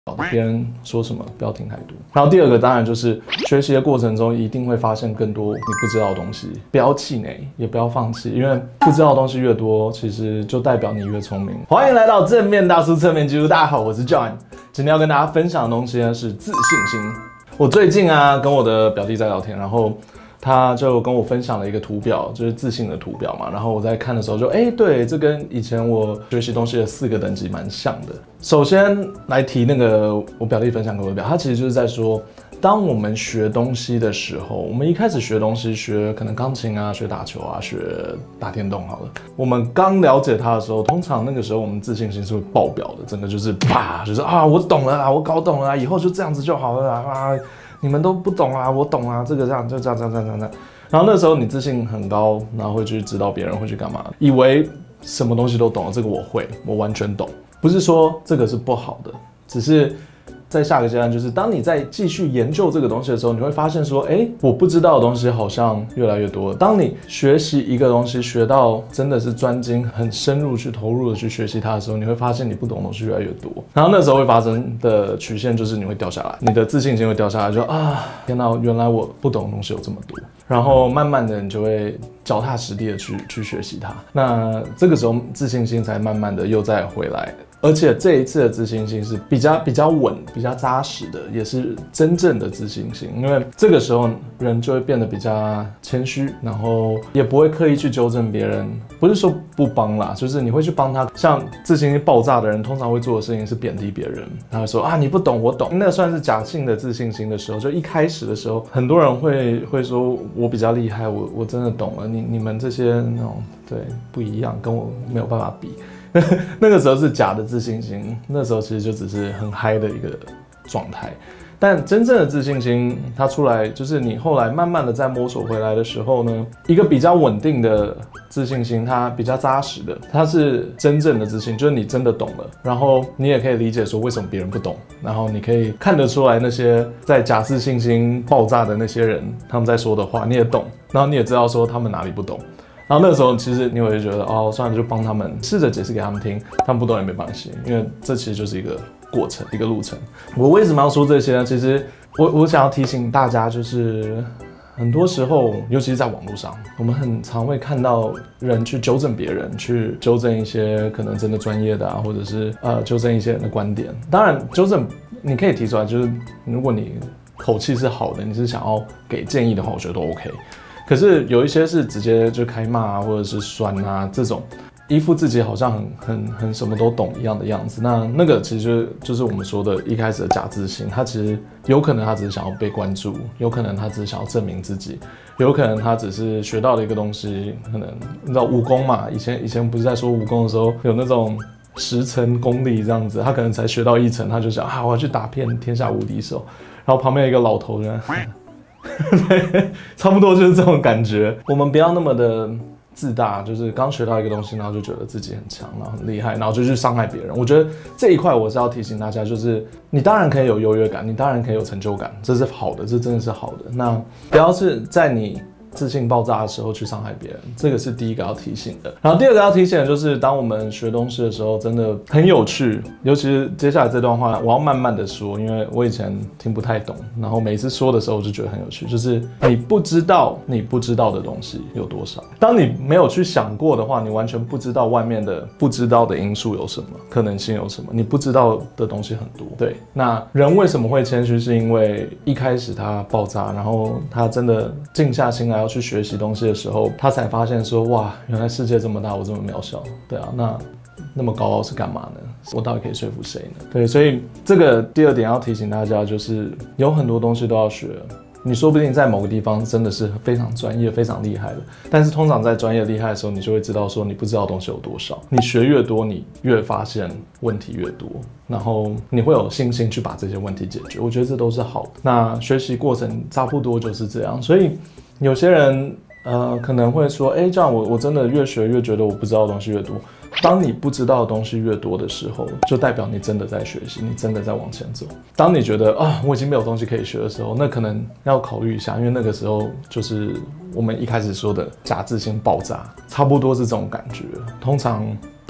别人说什么不要听太多。然后第二个当然就是学习的过程中一定会发现更多你不知道的东西，不要气馁，也不要放弃，因为不知道的东西越多，其实就代表你越聪明。欢迎来到正面大叔侧面记录，大家好，我是 John， 今天要跟大家分享的东西呢是自信心。我最近啊跟我的表弟在聊天，然后他就跟我分享了一个图表，就是自信的图表嘛。然后我在看的时候就，对，这跟以前我学习东西的4个等级蛮像的。首先来提那个我表弟分享给我的表，他其实就是在说，当我们学东西的时候，我们一开始学东西，学可能钢琴啊，学打球啊，学打电动好了。我们刚了解它的时候，通常那个时候我们自信心是会爆表的，整个就是啪，就是啊，我懂了啊，我搞懂了啊，以后就这样子就好了啊。你们都不懂啊，我懂啊，这个这样就这样。然后那时候你自信很高，然后会去指导别人，会去干嘛？以为什么东西都懂了，这个我会，我完全懂。不是说这个是不好的，只是在下个阶段，就是当你在继续研究这个东西的时候，你会发现说，我不知道的东西好像越来越多。当你学习一个东西，学到真的是专精、很深入去投入的去学习它的时候，你会发现你不懂的东西越来越多。然后那时候会发生的曲线就是你会掉下来，你的自信心会掉下来，就啊，天哪，原来我不懂的东西有这么多。然后慢慢的你就会脚踏实地的去学习它。那这个时候自信心才慢慢的又再回来。而且这一次的自信心是比较稳、比较扎实的，也是真正的自信心。因为这个时候人就会变得比较谦虚，然后也不会刻意去纠正别人。不是说不帮啦，就是你会去帮他。像自信心爆炸的人，通常会做的事情是贬低别人。他会说啊，你不懂，我懂。那算是假性的自信心的时候，就一开始的时候，很多人会说我比较厉害，我真的懂了。你们这些那种对不一样，跟我没有办法比。那个时候是假的自信心，那时候其实就只是很嗨的一个状态。但真正的自信心，它出来就是你后来慢慢的再摸索回来的时候呢，一个比较稳定的自信心，它比较扎实的，它是真正的自信，就是你真的懂了，然后你也可以理解说为什么别人不懂，然后你可以看得出来那些在假自信心爆炸的那些人，他们在说的话你也懂，然后你也知道说他们哪里不懂。然后那时候其实你会觉得算了，就帮他们试着解释给他们听，他们不懂也没关系，因为这其实就是一个过程，一个路程。我为什么要说这些呢？其实我想要提醒大家，就是很多时候，尤其是在网络上，我们很常会看到人去纠正别人，去纠正一些可能真的专业的啊，或者是纠正一些人的观点。当然，纠正你可以提出来，就是如果你口气是好的，你是想要给建议的话，我觉得都 OK。可是有一些是直接就开骂啊，或者是酸啊，这种依附自己好像很什么都懂一样的样子，那个其实就是我们说的一开始的假自信，他其实有可能他只是想要被关注，有可能他只是想要证明自己，有可能他只是学到了一个东西，可能你知道武功嘛，以前不是在说武功的时候有那种10层功力这样子，他可能才学到1层，他就想我要去打遍天下无敌手，然后旁边有一个老头人。对，差不多就是这种感觉。我们不要那么的自大，就是刚学到一个东西，然后就觉得自己很强，然后很厉害，然后就去伤害别人。我觉得这一块我是要提醒大家，就是你当然可以有优越感，你当然可以有成就感，这是好的，这真的是好的。那不要是在你自信爆炸的时候去伤害别人，这个是第一个要提醒的。然后第二个要提醒的就是，当我们学东西的时候，真的很有趣。尤其是接下来这段话，我要慢慢的说，因为我以前听不太懂，然后每次说的时候我就觉得很有趣。就是你不知道的东西有多少。当你没有去想过的话，你完全不知道外面的不知道的因素有什么，可能性有什么，你不知道的东西很多。对，那人为什么会谦虚？是因为一开始他爆炸，然后他真的静下心来要去学习东西的时候，他才发现说，哇，原来世界这么大，我这么渺小。对啊，那么高傲是干嘛呢？我到底可以说服谁呢？对，所以这个第二点要提醒大家，就是有很多东西都要学。你说不定在某个地方真的是非常专业、非常厉害的，但是通常在专业厉害的时候，你就会知道说你不知道的东西有多少。你学越多，你越发现问题越多，然后你会有信心去把这些问题解决。我觉得这都是好的。那学习过程差不多就是这样，所以有些人可能会说，这样我真的越学越觉得我不知道的东西越多。当你不知道的东西越多的时候，就代表你真的在学习，你真的在往前走。当你觉得我已经没有东西可以学的时候，那可能要考虑一下，因为那个时候就是我们一开始说的假自信爆炸，差不多是这种感觉。通常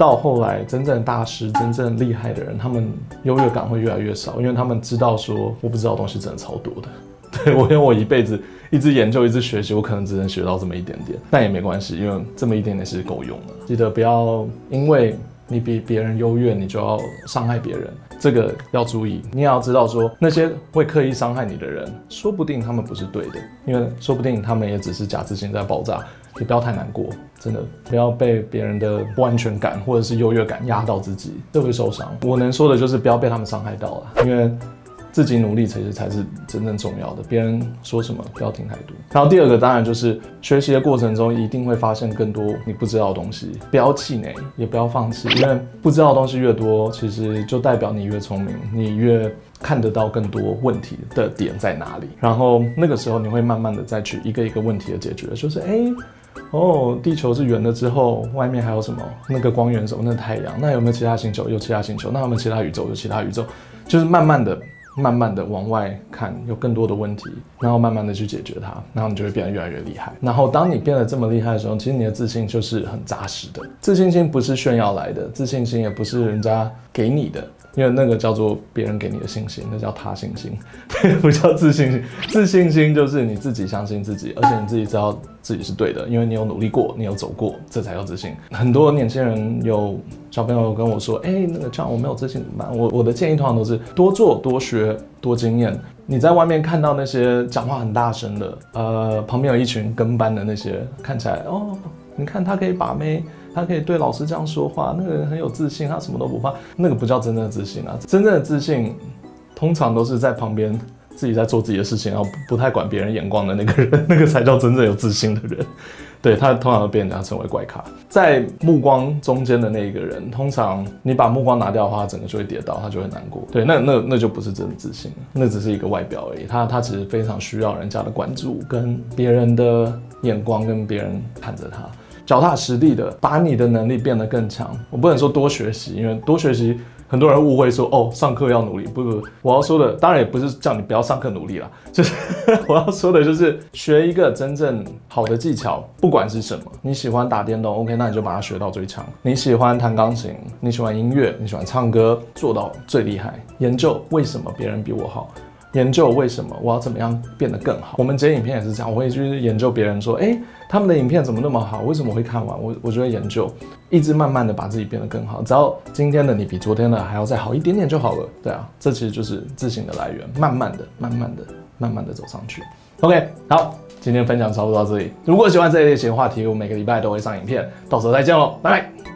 到后来真正大师、真正厉害的人，他们优越感会越来越少，因为他们知道说我不知道的东西真的超多的。对，因为我一辈子一直研究、一直学习，我可能只能学到这么一点点，但也没关系，因为这么一点点是够用的。记得不要因为你比别人优越，你就要伤害别人，这个要注意。你也要知道说，那些会刻意伤害你的人，说不定他们不是对的，因为说不定他们也只是假自信在爆炸。你不要太难过，真的不要被别人的不安全感或者是优越感压到自己，这会受伤。我能说的就是不要被他们伤害到了，因为自己努力其实才是真正重要的，别人说什么不要听太多。然后第二个当然就是学习的过程中一定会发现更多你不知道的东西，不要气馁，也不要放弃，因为不知道的东西越多，其实就代表你越聪明，你越看得到更多问题的点在哪里。然后那个时候你会慢慢的再去一个一个问题的解决，就是地球是圆的之后，外面还有什么？那个光源什么？那太阳，那有没有其他星球？有其他星球，那有没有其他宇宙？有其他宇宙，就是慢慢的往外看，有更多的问题，然后慢慢的去解决它，然后你就会变得越来越厉害。然后当你变得这么厉害的时候，其实你的自信就是很扎实的。自信心不是炫耀来的，自信心也不是人家给你的，因为那个叫做别人给你的信心，那叫他信心，对，不叫自信心。自信心就是你自己相信自己，而且你自己知道自己是对的，因为你有努力过，你有走过，这才叫自信。很多年轻人有小朋友跟我说，那个这样我没有自信怎么办？我的建议通常都是多做、多学、多经验。你在外面看到那些讲话很大声的，旁边有一群跟班的那些，看起来你看他可以把妹，他可以对老师这样说话，那个人很有自信，他什么都不怕，那个不叫真正的自信啊！真正的自信，通常都是在旁边自己在做自己的事情，然后不太管别人眼光的那个人，那个才叫真正有自信的人。对，他通常都被人家称为怪咖。在目光中间的那一个人，通常你把目光拿掉的话，他整个就会跌倒，他就会难过。对，那就不是真的自信，那只是一个外表而已。他其实非常需要人家的关注，跟别人的眼光，跟别人看着他。脚踏实地的把你的能力变得更强。我不能说多学习，因为多学习很多人误会说上课要努力，不，我要说的当然也不是叫你不要上课努力啦，就是我要说的就是学一个真正好的技巧，不管是什么，你喜欢打电动 ，OK， 那你就把它学到最强；你喜欢弹钢琴，你喜欢音乐，你喜欢唱歌，做到最厉害。研究为什么别人比我好。研究为什么我要怎么样变得更好。我们剪影片也是这样，我会去研究别人说，他们的影片怎么那么好，为什么我会看完？我就会研究，一直慢慢的把自己变得更好。只要今天的你比昨天的还要再好一点点就好了。对啊，这其实就是自信的来源，慢慢的走上去。OK， 好，今天分享差不多到这里。如果喜欢这一类型的话题，我每个礼拜都会上影片，到时候再见喽，拜拜。